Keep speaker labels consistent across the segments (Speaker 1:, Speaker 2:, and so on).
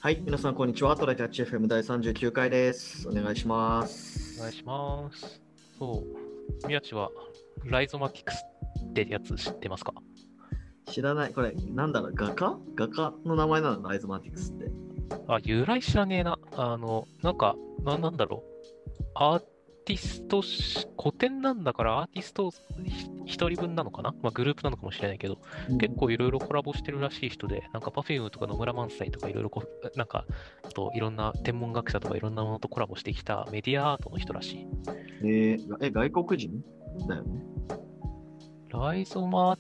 Speaker 1: はい、皆さん、こんにちは。トライキャッチ FM 第39回です。お願いしま
Speaker 2: お願いし
Speaker 1: す。
Speaker 2: ます。そう。宮地は、ライゾマティクスってやつ知ってますか？
Speaker 1: 知らない。これ、なんだろう、画家の名前なのライゾマティクスって。
Speaker 2: あ、由来知らねえな。なんだろう。アーティスト古典なんだからアーティスト一人分なのかな、まあ、グループなのかもしれないけど、結構いろいろコラボしてるらしい人で、なんか Perfume とか野村萬斎とかいろいろなんか、あといろんな天文学者とかいろんなものとコラボしてきたメディアアートの人らしい。
Speaker 1: 外国人だよね。
Speaker 2: ライゾマ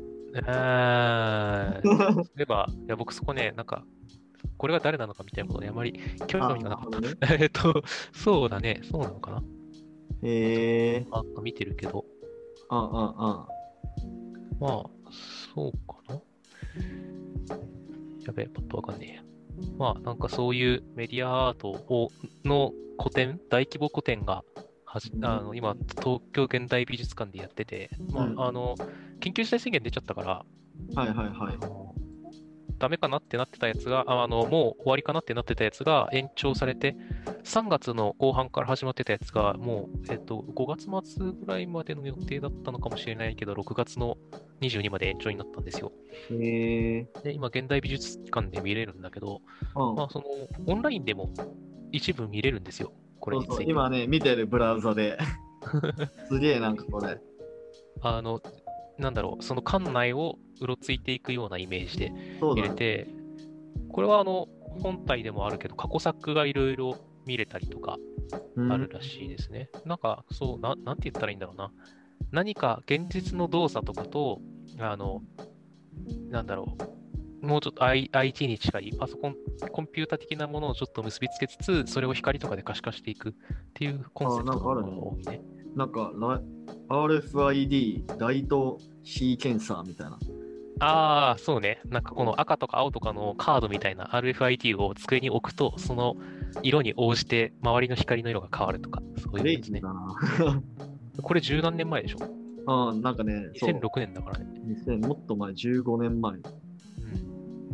Speaker 2: そういえば、いや、僕そこね、なんか、これが誰なのかみたいなことにあまり興
Speaker 1: あ、
Speaker 2: 味がなかっ
Speaker 1: なるほどね。
Speaker 2: た。そうだね、そうなのかな。ちょっ
Speaker 1: え
Speaker 2: と、見てるけど、
Speaker 1: あ、あ、
Speaker 2: まあ、そうかな。やべえ、パッとわかんねえや。まあ、なんかそういうメディアアートの個展、大規模個展が今、東京現代美術館でやってて、
Speaker 1: うん。
Speaker 2: 緊急事態宣言出ちゃったから、
Speaker 1: はいはいはい。
Speaker 2: あの、ダメかなってなってたやつが、もう終わりかなってなってたやつが延長されて、3月の後半から始まってたやつが、もう、5月末ぐらいまでの予定だったのかもしれないけど、6月の22まで延長になったんですよ。
Speaker 1: え
Speaker 2: で、今、現代美術館で見れるんだけど、
Speaker 1: うん。
Speaker 2: まあ、オンラインでも一部見れるんですよ。これ
Speaker 1: そうそう。
Speaker 2: について。
Speaker 1: 今ね、見てるブラウザで。すげえなんかこれ。
Speaker 2: あの、なんだろう、その館内をうろついていくようなイメージで
Speaker 1: そうだね。
Speaker 2: 見れて、これは本体でもあるけど、過去作がいろいろ見れたりとか
Speaker 1: うん。
Speaker 2: あるらしいですね。なんか、なんて言ったらいいんだろうな。何か現実の動作とかと、あの、なんだろもうちょっと IT に近いコンピュータ的なものをちょっと結びつけつつ、それを光とかで可視化していくっていうコンセ
Speaker 1: あ、
Speaker 2: プトのもの
Speaker 1: なんかあるね。
Speaker 2: が多いね。
Speaker 1: なんか、RFID、ライトシーケンサーみたいな。
Speaker 2: ああ、そうね。なんかこの赤とか青とかのカードみたいな RFID を机に置くと、その色に応じて周りの光の色が変わるとか、そう
Speaker 1: ク
Speaker 2: いうやつね。
Speaker 1: レイジーだな。
Speaker 2: これ十何年前でしょ？
Speaker 1: ああ、なんかね、そ
Speaker 2: 2006 年だからね。
Speaker 1: う。2000、もっと前、15年前。
Speaker 2: うん。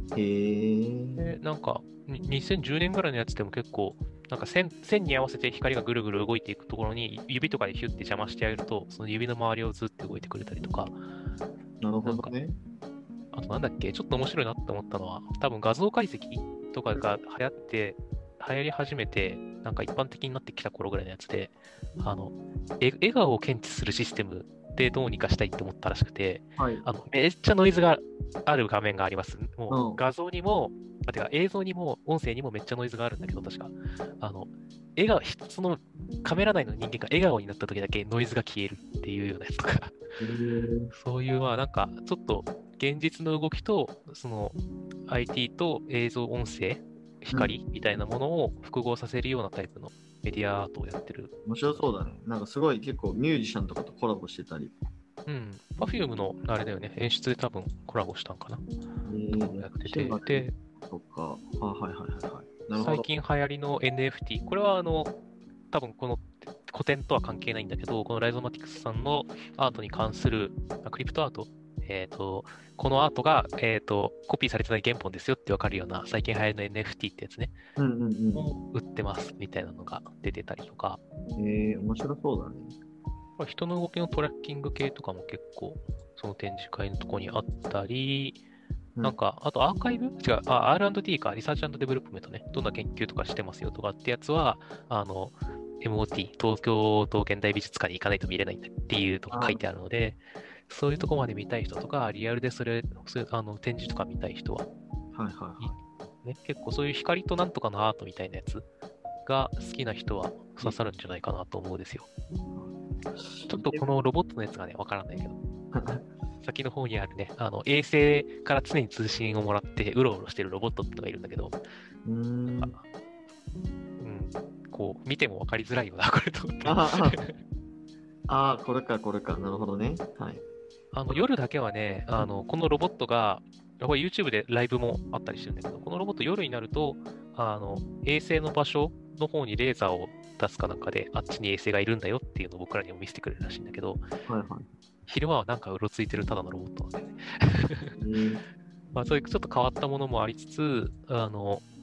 Speaker 1: へえ。
Speaker 2: で、なんか、2010年ぐらいのやつでも結構、なんか線に合わせて光がぐるぐる動いていくところに指とかでヒュッて邪魔してあげると、その指の周りをずっと動いてくれたりとか、
Speaker 1: なる
Speaker 2: なんか、
Speaker 1: ほどね。
Speaker 2: あとなんだっけ、ちょっと面白いなって思ったのは、多分画像解析とかが流行り始めて、なんか一般的になってきた頃ぐらいのやつで、笑顔を検知するシステムでどうにかしたいって思ったらしくて、
Speaker 1: はい。
Speaker 2: めっちゃノイズがある画面があります。もう
Speaker 1: うん。
Speaker 2: 画像にも、てか映像にも音声にもめっちゃノイズがあるんだけど、確か。あの、笑顔、そのカメラ内の人間が笑顔になった時だけノイズが消えるっていうようなやつとか、
Speaker 1: へえ。
Speaker 2: そういう、まあなんか、ちょっと現実の動きと、IT と映像、音声、
Speaker 1: うん。
Speaker 2: 光みたいなものを複合させるようなタイプのメディアアートをやってる
Speaker 1: 面
Speaker 2: 人らしい。
Speaker 1: 白そうだね。なんかすごい結構ミュージシャンとかとコラボしてたり。
Speaker 2: うん。Perfume のあれだよね、演出で多分コラボしたんかなとかも
Speaker 1: やっ
Speaker 2: やってて。
Speaker 1: てまで
Speaker 2: で、
Speaker 1: とか。あ、はいはいはいはい。なるほど。
Speaker 2: 最近流行りの NFT、これは多分この古典とは関係ないんだけど、このライゾマティクスさんのアートに関する、クリプトアート、このアートが、コピーされてない原本ですよってわかるような、最近流行りの NFT ってやつね、
Speaker 1: うんうん
Speaker 2: を売ってますみたいなのが出てたりとか、
Speaker 1: うん。面白そうだね。
Speaker 2: 人の動きのトラッキング系とかも結構、その展示会のとこにあったり、
Speaker 1: うん。
Speaker 2: なんか、あとアーカイブ違う、R&D か、リサーチデベロップメントね。どんな研究とかしてますよとかってやつは、MOT、東京都現代美術館に行かないと見れないんだっていうのが書いて
Speaker 1: あ、
Speaker 2: あるので、そういうとこまで見たい人とか、リアルでそういう展示とか見たい人は、
Speaker 1: はいはい
Speaker 2: い
Speaker 1: はい。
Speaker 2: ね、結構そういう光となんとかのアートみたいなやつが好きな人は刺さるんじゃないかなと思うですよ。ちょっとこのロボットのやつがね、わからないけど。先の方にあるね、衛星から常に通信をもらってうろうろしてるロボットってのがいるんだけど、
Speaker 1: うー
Speaker 2: なんか、
Speaker 1: ん。
Speaker 2: うん、こう、見ても分かりづらいよな、これと思って。
Speaker 1: あこれか、これか。なるほどね。はい。
Speaker 2: 夜だけはね、
Speaker 1: うん。
Speaker 2: このロボットが、これ YouTube でライブもあったりしてるんだけど、このロボット夜になると、衛星の場所の方にレーザーを出すかなんかで、あっちに衛星がいるんだよっていうのを僕らにも見せてくれるらしいんだけど、
Speaker 1: はいはい。
Speaker 2: 昼間はなんかうろついてるただのロボットなんだよね。
Speaker 1: えー、
Speaker 2: まあ、そういうちょっと変わったものもありつつ、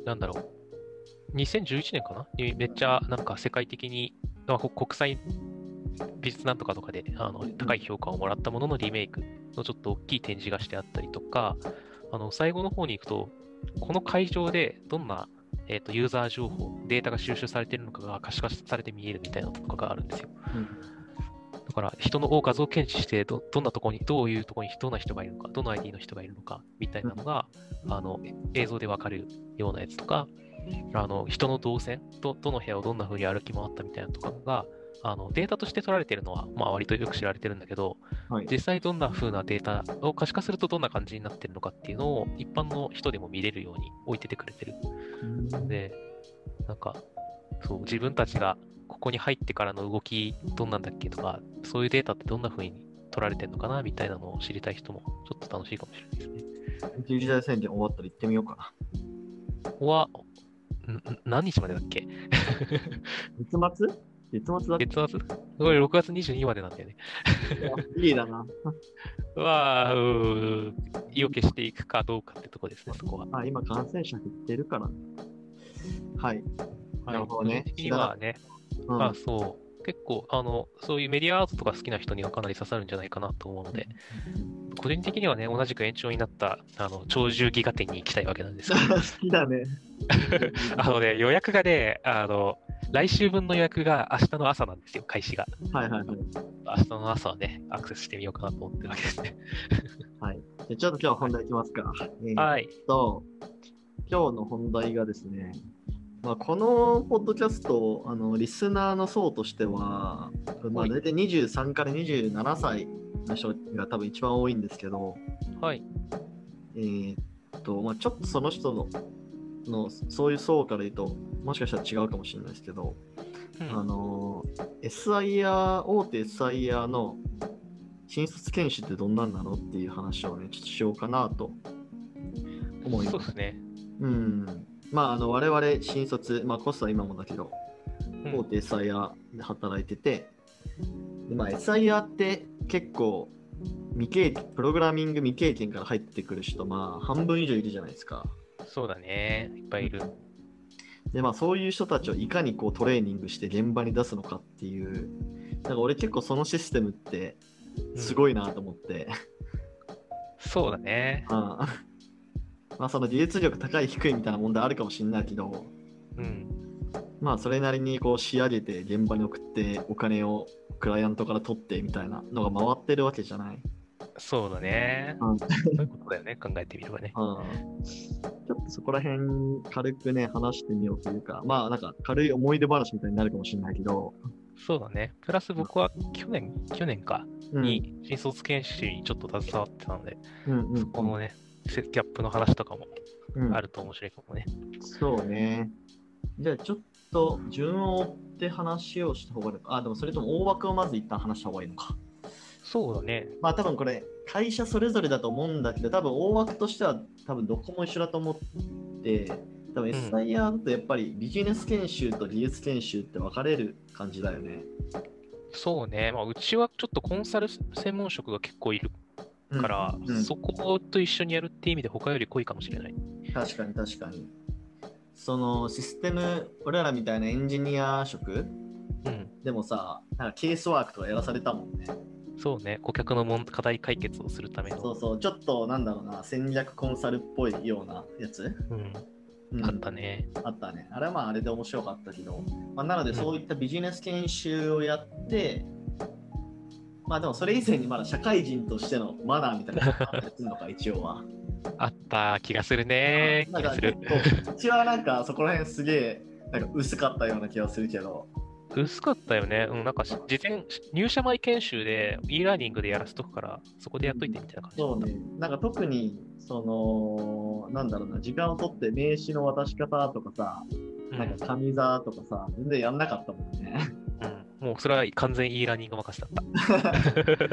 Speaker 2: なんだろう、2011年かなにめっちゃなんか世界的に、国際美術なんとかとかで高い評価をもらったもののリメイクのちょっと大きい展示がしてあったりとか、最後の方に行くと、この会場でどんな、ユーザー情報、データが収集されているのかが可視化されて見えるみたいなのとかがあるんですよ。だから人の画像検知してどんなところに、どういうところにどんな人がいるのか、どの ID の人がいるのかみたいなのが、映像でわかるようなやつとか、人の動線、どの部屋をどんな風に歩き回ったみたいなのとかが、データとして取られているのは、まあ割とよく知られてるんだけど、
Speaker 1: はい。
Speaker 2: 実際どんな風なデータを可視化するとどんな感じになってるのかっていうのを一般の人でも見れるように置いててくれてる。で、なんか、そう、自分たちがここに入ってからの動きどんなんだっけとか、そういうデータってどんな風に取られてるのかなみたいなのを知りたい人もちょっと楽しいかもしれないですね。
Speaker 1: 緊急事態宣言終わったら行ってみようか
Speaker 2: ここは、何日までだっけ？
Speaker 1: な。月末だっけ？
Speaker 2: 月末これ6月22日までなんだよね。
Speaker 1: いいだな。
Speaker 2: は、意を決していくかどうかってとこですね、そこは。
Speaker 1: 今感染者減ってるからね。はい。なるほどね。
Speaker 2: 個人的にはね、そう、結構、そういうメディアアートとか好きな人にはかなり刺さるんじゃないかなと思うので、個人的にはね、同じく延長になった、鳥獣戯画展に行きたいわけなんですけど、
Speaker 1: 好きだね。
Speaker 2: 予約がね、来週分の予約が明日の朝なんですよ、開始が。
Speaker 1: はいはいはい。
Speaker 2: 明日の朝はね、アクセスしてみようかなと思ってるわけですね。
Speaker 1: はい。じゃあちょっと今日は本題いきますか。
Speaker 2: はい。
Speaker 1: 今日の本題がですね、このポッドキャスト、リスナーの層としては、大体23から27歳の人が多分一番多いんですけど、
Speaker 2: はい。
Speaker 1: ちょっとその人のそういう層から言うと、もしかしたら違うかもしれないですけど、SIR、大手 SIR の新卒研修ってどんなんなのっていう話をね、ちょっとしようかなと思います。
Speaker 2: そうですね。
Speaker 1: 我々新卒、コストは今もだけど、大手 SIR で働いてて、SIR って結構プログラミング未経験から入ってくる人、半分以上いるじゃないですか。
Speaker 2: そうだね。いっぱいいる。
Speaker 1: で、そういう人たちをいかにトレーニングして現場に出すのかっていう、俺結構そのシステムってすごいなと思って。
Speaker 2: そうだね。
Speaker 1: その技術力高い低いみたいな問題あるかもしれないけど、それなりに仕上げて現場に送ってお金をクライアントから取ってみたいなのが回ってるわけじゃない。
Speaker 2: そうだね。そういうことだよね、考えてみればね。
Speaker 1: ちょっとそこら辺軽くね、話してみようというか、なんか軽い思い出話みたいになるかもしれないけど。
Speaker 2: そうだね。プラス僕は去年かに新卒研修にちょっと携わってたので、そこのね、ギャップの話とかもあると面白いかもね。
Speaker 1: そうね。じゃあちょっと順を追って話をした方がいいのか。でもそれとも大枠をまず一旦話した方がいいのか。
Speaker 2: そうだね。
Speaker 1: 多分これ会社それぞれだと思うんだけど、多分大枠としては多分どこも一緒だと思って、多分 SIR だとやっぱりビジネス研修と技術研修って分かれる感じだよね。
Speaker 2: そうね。うちはちょっとコンサル専門職が結構いるから、そこと一緒にやるっていう意味で他より濃いかもしれない。
Speaker 1: 確かに確かに。そのシステム、俺らみたいなエンジニア職、でもさ、なんかケースワークとかやらされたもんね。
Speaker 2: そうね、顧客の課題解決をするための。
Speaker 1: ちょっとなんだろうな、戦略コンサルっぽいようなやつ。
Speaker 2: あったね。
Speaker 1: あったね。あれはあれで面白かったけど、なのでそういったビジネス研修をやって、でもそれ以前にまだ社会人としてのマナーみたいなのがあったりするのか、一応は。
Speaker 2: あった気がするね。
Speaker 1: なんかうちはなんかそこら辺すげえなんか薄かったような気がするけど。
Speaker 2: 薄かったよね。なんか入社前研修で e ラーニングでやらせとくから、そこでやっといてみたいな感じ。
Speaker 1: そうね。なんか特に、なんだろうな、時間を取って名刺の渡し方とかさ、なんか上座とかさ、全然やんなかったもんね。
Speaker 2: もうそれは完全 e ラーニング任せだった。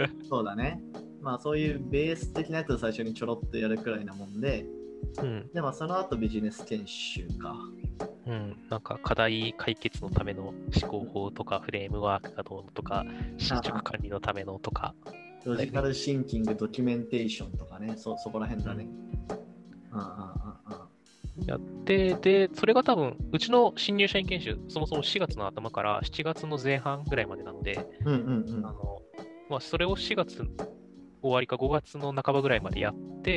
Speaker 1: そうだね。そういうベース的なやつを最初にちょろっとやるくらいなもんで、でその後ビジネス研修か。
Speaker 2: なんか課題解決のための思考法とかフレームワークがどうのとか進捗管理のためのとか
Speaker 1: ロジカルシンキングドキュメンテーションとかね、そこら辺だね。
Speaker 2: やって、で、それが多分、うちの新入社員研修、そもそも4月の頭から7月の前半ぐらいまでなので、まあ、それを4月終わりか5月の半ばぐらいまでやって、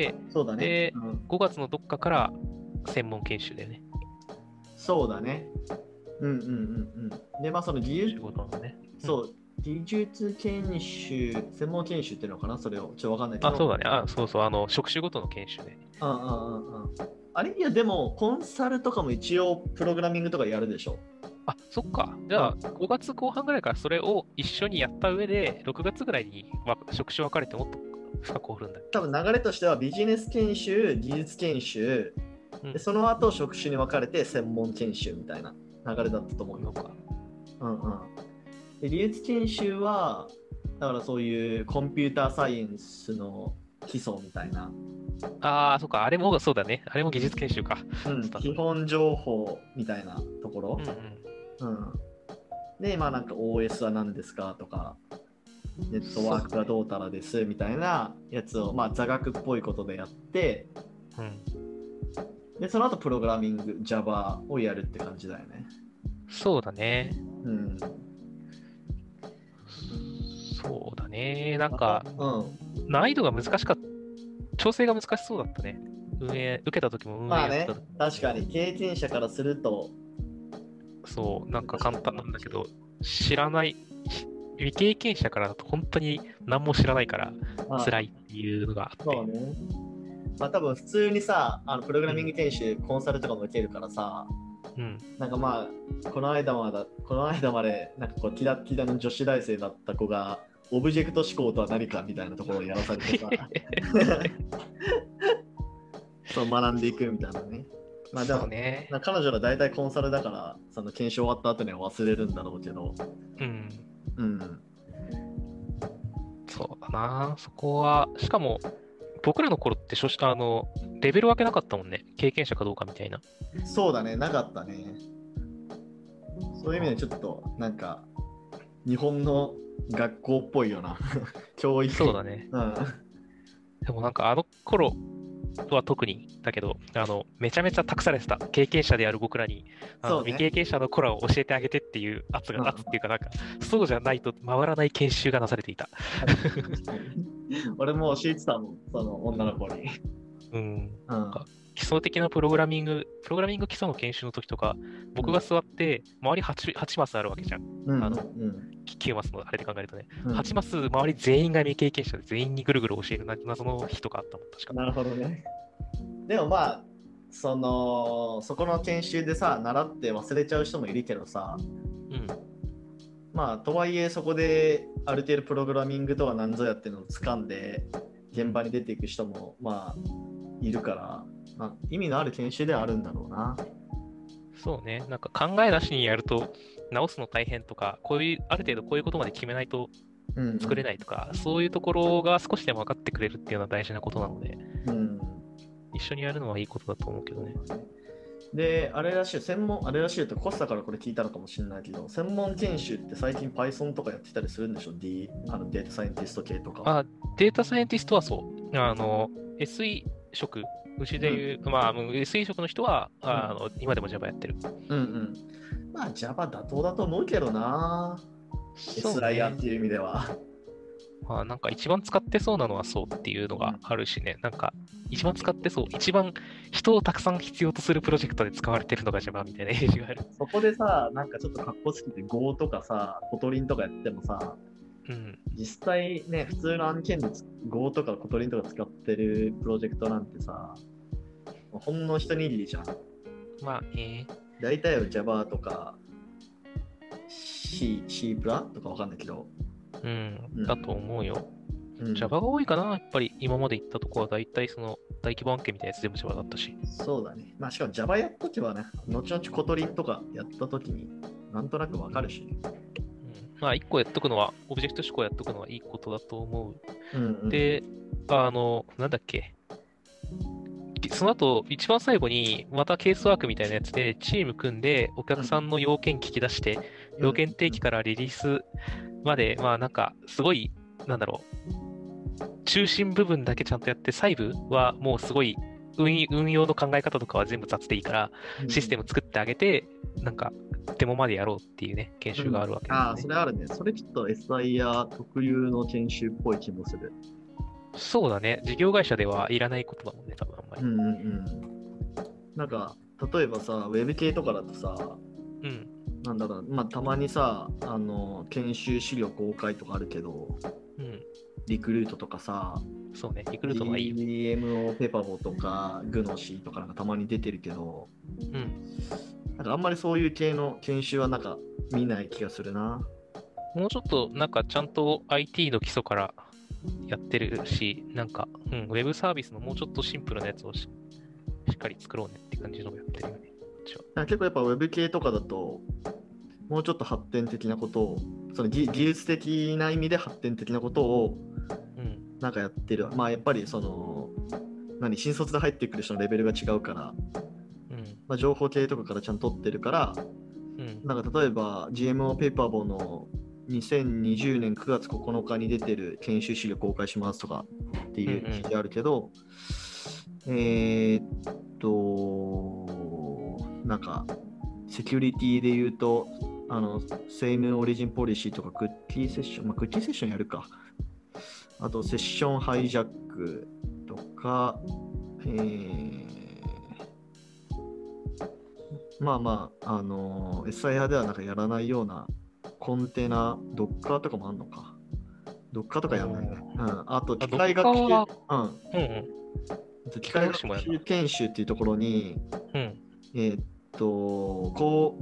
Speaker 1: そうだね。
Speaker 2: で、5月のどっかから専門研修だよね。
Speaker 1: そうだね。で、まあその技術、
Speaker 2: 仕事のね。
Speaker 1: そう、技術研修、専門研修っていうのかな、それを。ちょっとわかんないけど。
Speaker 2: そうだね。そうそう、職種ごとの研修ね。
Speaker 1: あれいや、でも、コンサルとかも一応、プログラミングとかやるでしょ。
Speaker 2: そっか。じゃあ、5月後半ぐらいからそれを一緒にやった上で、6月ぐらいに職種分かれてもっと深く掘るんだっけ。
Speaker 1: 多分流れとしては、ビジネス研修、技術研修、でその後、職種に分かれて専門研修みたいな流れだったと思うよ。で技術研修は、だからそういうコンピューターサイエンスの基礎みたいな。
Speaker 2: そっか、あれもそうだね。あれも技術研修か。
Speaker 1: 基本情報みたいなところ。で、まあなんか OS は何ですかとか、ネットワークがどうたらですみたいなやつを、まあ座学っぽいことでやって、で、その後プログラミング、Java をやるって感じだよね。
Speaker 2: そうだね。そうだね。なんか、難易度が難しかった。調整が難しそうだったね。受けた時も運営やってた時。
Speaker 1: 確かに、経験者からすると。
Speaker 2: そう、なんか簡単なんだけど、知らない、未経験者からだと本当に何も知らないから辛いっていうのがあって。
Speaker 1: そうね。まあ多分普通にさ、プログラミング研修、コンサルとかも受けるからさ、なんかまあ、この間まで、なんかこう、キラッキラの女子大生だった子が、オブジェクト思考とは何かみたいなところをやらされてさ、そう学んでいくみたいなね。まあでも、ね、彼女ら大体コンサルだから、その研修終わった後には忘れるんだろうけど。
Speaker 2: そうだな、そこは、しかも、僕らの頃ってレベル分けなかったもんね。経験者かどうかみたいな。
Speaker 1: そうだね、なかったね。そういう意味でちょっと、なんか、日本の学校っぽいよな。教育。
Speaker 2: そうだね。でもなんかあの頃は特にだけど、めちゃめちゃ託されてた。経験者である僕らに、未経験者の頃を教えてあげてっていう圧っていうか、なんか、そうじゃないと回らない研修がなされていた。
Speaker 1: 俺も教えてたもん、その女の子に。
Speaker 2: なんか基礎的なプログラミング基礎の研修の時とか、僕が座って、周り 8マスあるわけじゃん。9マスのあれで考えるとね、8マス周り全員が未経験者で全員にぐるぐる教える謎の日とかあったもん、確か。
Speaker 1: なるほどね。でもまあ、そこの研修でさ、習って忘れちゃう人もいるけどさ、まあ、とはいえそこである程度プログラミングとは何ぞやっていうのを掴んで、現場に出ていく人もまあいるから、まあ、意味のある研修ではあるんだろうな。
Speaker 2: そうね、なんか考えなしにやると直すの大変とか、ある程度こういうことまで決めないと作れないとか、そういうところが少しでも分かってくれるっていうのは大事なことなので、一緒にやるのはいいことだと思うけどね。
Speaker 1: で、あれらしいとコスタからこれ聞いたのかもしれないけど、専門研修って最近 Python とかやってたりするんでしょ？データサイエンティスト系とか。
Speaker 2: データサイエンティストはそう。SE 職、うちでいう、SE 職の人は、今でも Java やってる。
Speaker 1: まあ Java 妥当だと思うけどな。SIR っていう意味では。
Speaker 2: なんか一番使ってそうなのはそうっていうのがあるしね、なんか一番使ってそう、一番人をたくさん必要とするプロジェクトで使われてるのが Java みたいなイメージがある。
Speaker 1: そこでさ、なんかちょっと格好つけて Go とかさ、コトリンとかやってもさ、実際ね、普通の案件で Go とかコトリンとか使ってるプロジェクトなんてさ、ほんの一握りじゃん。
Speaker 2: まあ
Speaker 1: 大体は Java とか C プラとかわかんないけど。
Speaker 2: だと思うよ。Java が多いかな、やっぱり今まで行ったとこは大体その大規模案件みたいなやつ全部 Java だったし。
Speaker 1: そうだね。まあしかも Java やっとけばね、後々コトリンとかやったときになんとなくわかるし。
Speaker 2: まあ1個やっとくのは、オブジェクト思考やっとくのはいいことだと思う。で、なんだっけ。その後、一番最後に、またケースワークみたいなやつで、チーム組んで、お客さんの要件聞き出して、要件提起からリリースまで、まあなんか、すごい、中心部分だけちゃんとやって、細部はもうすごい運用の考え方とかは全部雑でいいから、システム作ってあげて、なんか、デモまでやろうっていうね、研修があるわけですね。
Speaker 1: ああ、それあるね。それちょっと SIR 特有の研修っぽい気もする。
Speaker 2: そうだね。事業会社ではいらないことだもんね、多分あんまり。
Speaker 1: なんか、例えばさ、ウェブ系とかだとさ、なんだろう、まあ、たまにさ、研修資料公開とかあるけど、リクルートとかさ、
Speaker 2: そうね、リクルートはいいよ。
Speaker 1: DMO ペパボとか、グノシーとかなんかたまに出てるけど、なんかあんまりそういう系の研修はなんか見ない気がするな。
Speaker 2: もうちょっとなんかちゃんと IT の基礎からやってるし、なんか、ウェブサービスのもうちょっとシンプルなやつをしっかり作ろうねって感じのをやってるよね。
Speaker 1: 結構やっぱ Web 系とかだと、もうちょっと発展的なことを、その技術的な意味で発展的なことをなんかやってる。まあやっぱりその、新卒で入ってくる人のレベルが違うから、まあ、情報系とかからちゃんと取ってるから、なんか例えば GMO ペーパーボの2020年9月9日に出てる研修資料公開しますとかっていう記事あるけど、なんかセキュリティで言うとセイムオリジンポリシーとかクッキーセッション、まあ、クッキーセッションやるか、あとセッションハイジャックとか、まあまあ、SIR ではなんかやらないようなコンテナ、ドッカーとかもあんのか。ドッカーとかやらないね。あと、機械学習、機械学習研修っていうところに、購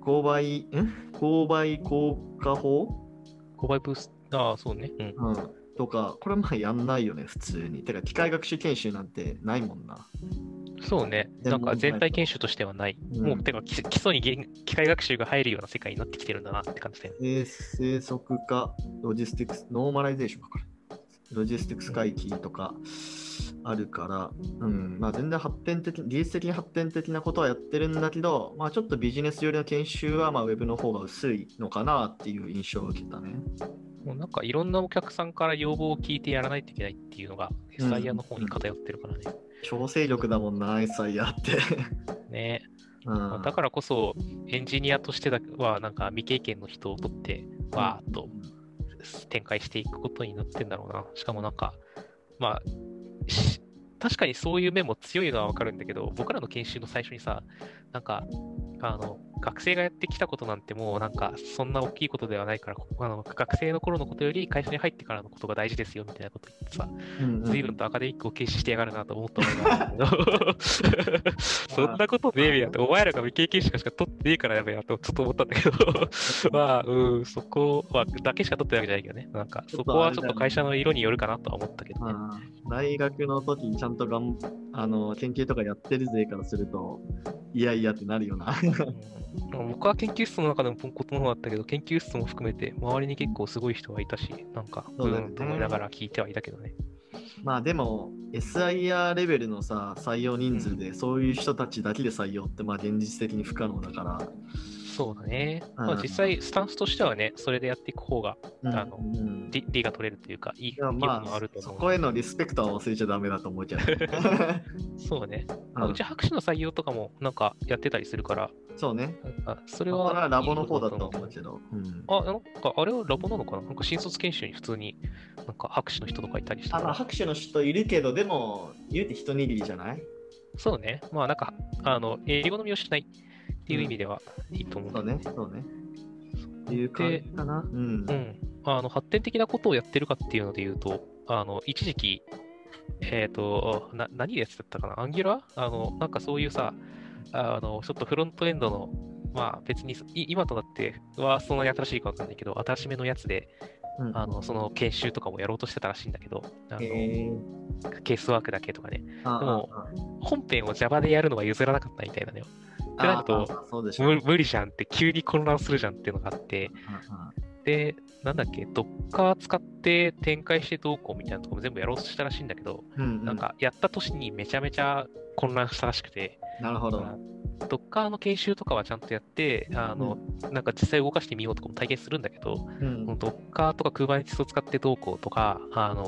Speaker 1: 買効果法
Speaker 2: 購買ブースト、そうね。
Speaker 1: とか、これまあやんないよね、普通に。てか、機械学習研修なんてないもんな。
Speaker 2: そうね。なんか全体研修としてはない。もう、てか基礎に機械学習が入るような世界になってきてるんだなって感じだよね。
Speaker 1: 生息化、ロジスティクス、ノーマライゼーションか、これ。ロジスティクス回帰とかあるから、まあ全然技術的に発展的なことはやってるんだけど、まあちょっとビジネス寄りの研修はまあウェブの方が薄いのかなっていう印象を受けたね。
Speaker 2: もうなんかいろんなお客さんから要望を聞いてやらないといけないっていうのが SIR の方に偏ってるからね。
Speaker 1: 調整力だもんな、SIR って。
Speaker 2: ね。だからこそエンジニアとしてはなんか未経験の人を取ってわーっと展開していくことになってんだろうな。しかもなんかまあ確かにそういう面も強いのはわかるんだけど、僕らの研修の最初にさ、なんか学生がやってきたことなんてもうなんかそんな大きいことではないから、学生の頃のことより会社に入ってからのことが大事ですよみたいなこと言ってさ、随分とアカデミックを軽視してやがるなと思った思いがあるんだけどそんなことねえやって、お前らが未経験者しか取ってねえからやべえやとちょっと思ったんだけどまあ、そこはだけしか取ってるわけじゃないけどね、なんかそこはちょっと会社の色によるかなとは思ったけどね。
Speaker 1: 大学の時にちゃんと研究とかやってる勢からすると、いやいやってなるよな
Speaker 2: 僕は研究室の中でもポンコツの方だったけど、研究室も含めて周りに結構すごい人がいたし、なんかと思いながら聞いてはいたけどね。
Speaker 1: まあでも SIR レベルのさ採用人数でそういう人たちだけで採用ってまあ現実的に不可能だから。
Speaker 2: そうだね。まあ実際スタンスとしてはね、それでやっていく方が利が取れるというか、いい部分もあると思う。
Speaker 1: そこへのリスペクトは忘れちゃダメだと思うけど
Speaker 2: そうね。うち博士の採用とかもなんかやってたりするから。
Speaker 1: そうね。
Speaker 2: それは
Speaker 1: ラボの方だと思うけど。
Speaker 2: なんかあれはラボなのかな、なんか新卒研修に普通になんか博士の人とかいたりしたから。
Speaker 1: 博士の人いるけど、でも言うて一握りじゃない？
Speaker 2: そうね。まあなんか、英語のみをしないっていう意味ではいいと思う。
Speaker 1: そうね。っていう感じかな。
Speaker 2: 発展的なことをやってるかっていうので言うと、一時期、何でやってたかな、アンギュラーなんかそういうさ、ちょっとフロントエンドの、まあ別に今となってはそんなに新しいかわかんないけど、新しめのやつで、その研修とかもやろうとしてたらしいんだけど、ケースワークだけとかね。でも、本編を Java でやるのは譲らなかったみたいなのよ。ってなると、無理じゃんって、急に混乱するじゃんっていうのがあって、で、なんだっけ、Docker 使って展開してどうこうみたいなところも全部やろうとしたらしいんだけど、なんかやった年にめちゃめちゃ混乱したらしくて、
Speaker 1: なるほど。
Speaker 2: Docker の研修とかはちゃんとやって、なんか実際動かしてみようとかも体験するんだけど、Docker とか Kubernetes を使ってどうこうとか、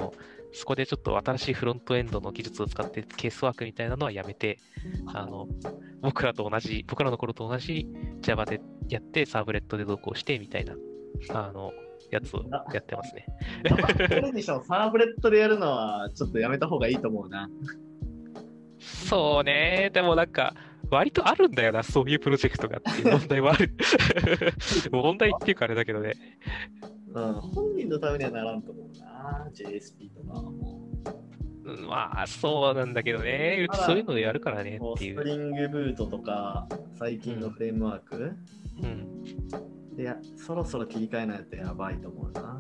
Speaker 2: そこでちょっと新しいフロントエンドの技術を使ってケースワークみたいなのはやめて、僕らの頃と同じ Java でやってサーブレットで同行してみたいな、やつをやってますね。
Speaker 1: それでしょ、サーブレットでやるのはちょっとやめた方がいいと思うな。
Speaker 2: そうね、でもなんか、割とあるんだよな、そういうプロジェクトがっていう問題はある。問題っていうかあれだけどね。
Speaker 1: 本人のためにはならんと思うな、JSP とかはも
Speaker 2: まあ、そうなんだけどね。うちそういうのやるからねってい
Speaker 1: スプ
Speaker 2: う。
Speaker 1: リングブートとか、最近のフレームワーク、で、そろそろ切り替えないとやばいと思うな。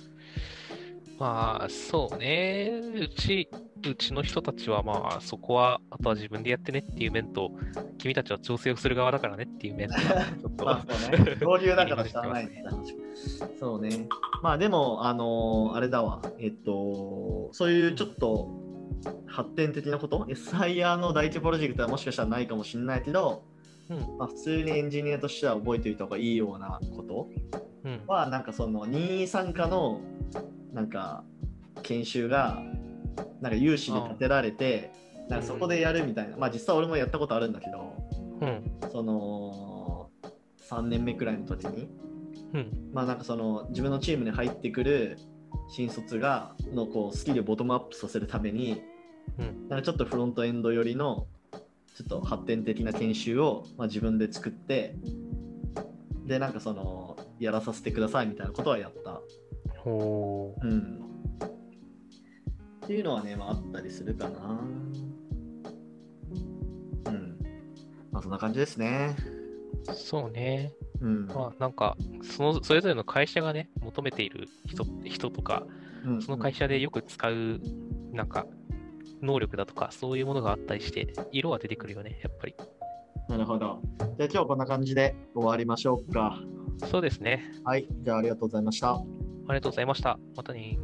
Speaker 2: まあ、そうね。うちの人たちはまあ、そこは、あとは自分でやってねっていう面と、君たちは調整をする側だからねっていう面が、ちょっと
Speaker 1: そうね。合流だからしゃあないって話。そうね。まあでも、あれだわ。そういうちょっと発展的なこと、SIR の第一プロジェクトはもしかしたらないかもしれないけど、普通にエンジニアとしては覚えておいた方がいいようなことは、なんかその任意参加のなんか研修がなんか有志で立てられて、なんかそこでやるみたいな、まあ実際俺もやったことあるんだけど、その3年目くらいの時に、まあなんかその自分のチームに入ってくる新卒のこうスキルをボトムアップさせるために、なんかちょっとフロントエンド寄りのちょっと発展的な研修を、まあ、自分で作って、でなんかそのやらさせてくださいみたいなことはやった。っていうのはね、まあ、あったりするかな。まあそんな感じですね。
Speaker 2: そうね。まあなんか、それぞれの会社がね、求めている人とか、その会社でよく使う、なんか、能力だとか、そういうものがあったりして、色は出てくるよね、やっぱり。
Speaker 1: なるほど。じゃあ今日こんな感じで終わりましょうか。
Speaker 2: そうですね。
Speaker 1: はい。じゃあありがとうございました。
Speaker 2: ありがとうございました。またね。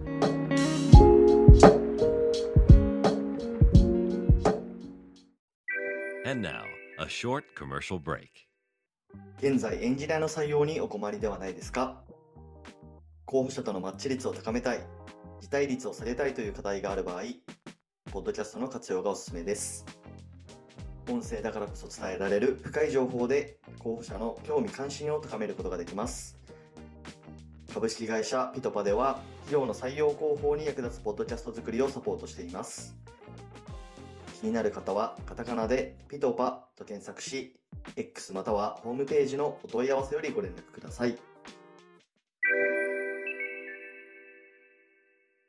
Speaker 3: And now, a short commercial break.
Speaker 1: 現在エンジニアの採用にお困りではないですか？候補者とのマッチ率を高めたい、辞退率を下げたいという課題がある場合、ポッドキャストの活用がおすすめです。音声だからこそ伝えられる深い情報で候補者の興味関心を高めることができます。株式会社ピトパでは企業の採用広報に役立つポッドキャスト作りをサポートしています。気になる方はカタカナでピトパと検索し、X またはホームページのお問い合わせよりご連絡ください。